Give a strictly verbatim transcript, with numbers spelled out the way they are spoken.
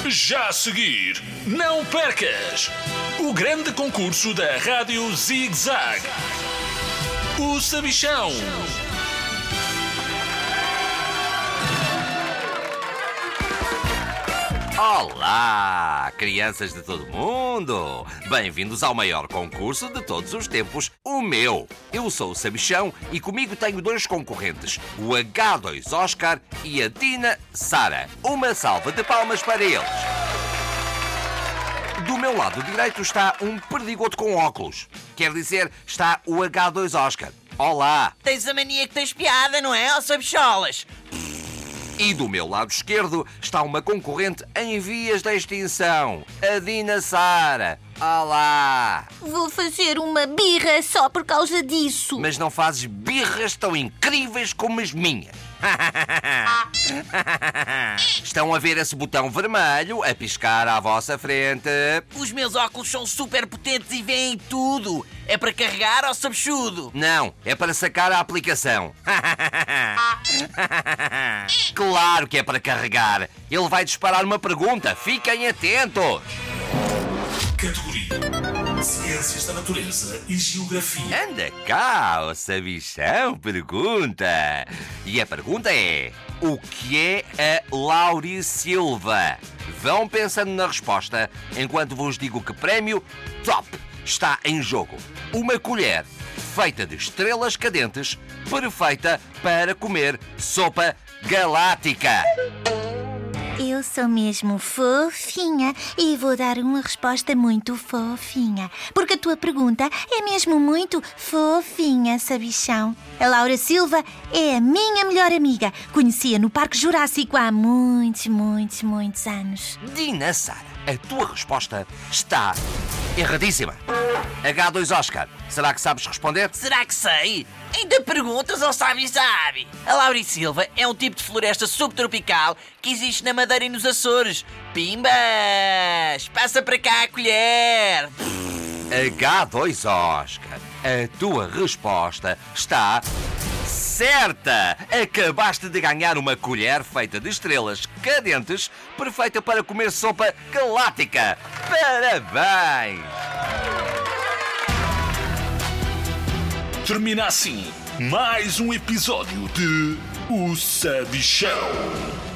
Já a seguir, não percas o grande concurso da Rádio Zig Zag, o Sabichão. Olá, crianças de todo mundo! Bem-vindos ao maior concurso de todos os tempos, o meu. Eu sou o Sabichão e comigo tenho dois concorrentes, o agá dois Oscar e a Dina Sara. Uma salva de palmas para eles. Do meu lado direito está um perdigoto com óculos. Quer dizer, está o agá dois Oscar. Olá! Tens a mania que tens piada, não é, ó sabicholas? E do meu lado esquerdo está uma concorrente em vias de extinção, a Dina Sara. Olá! Vou fazer uma birra só por causa disso. Mas não fazes birras tão incríveis como as minhas. Estão a ver esse botão vermelho a piscar à vossa frente? Os meus óculos são super potentes e veem tudo. É para carregar, ó sabichudo? Não, é para sacar a aplicação. Claro que é para carregar. Ele vai disparar uma pergunta. Fiquem atentos. Categoria: Ciências da Natureza e Geografia. Anda cá, ó sabichão, pergunta. E a pergunta é: o que é a Laurisilva? Vão pensando na resposta enquanto vos digo que prémio top está em jogo. Uma colher feita de estrelas cadentes, perfeita para comer sopa galáctica. Eu sou mesmo fofinha e vou dar uma resposta muito fofinha. Porque a tua pergunta é mesmo muito fofinha, sabichão. A Laura Silva é a minha melhor amiga. Conhecia no Parque Jurássico há muitos, muitos, muitos anos. Dina Sara, a tua resposta está erradíssima. agá dois Oscar, será que sabes responder? Será que sei? Ainda perguntas ou sabe sabe? A Laurisilva é um tipo de floresta subtropical que existe na Madeira e nos Açores. Pimbas! Passa para cá a colher! agá dois Oscar, a tua resposta está certa! Acabaste de ganhar uma colher feita de estrelas cadentes, perfeita para comer sopa galáctica. Parabéns! Termina assim mais um episódio de O Sabichão.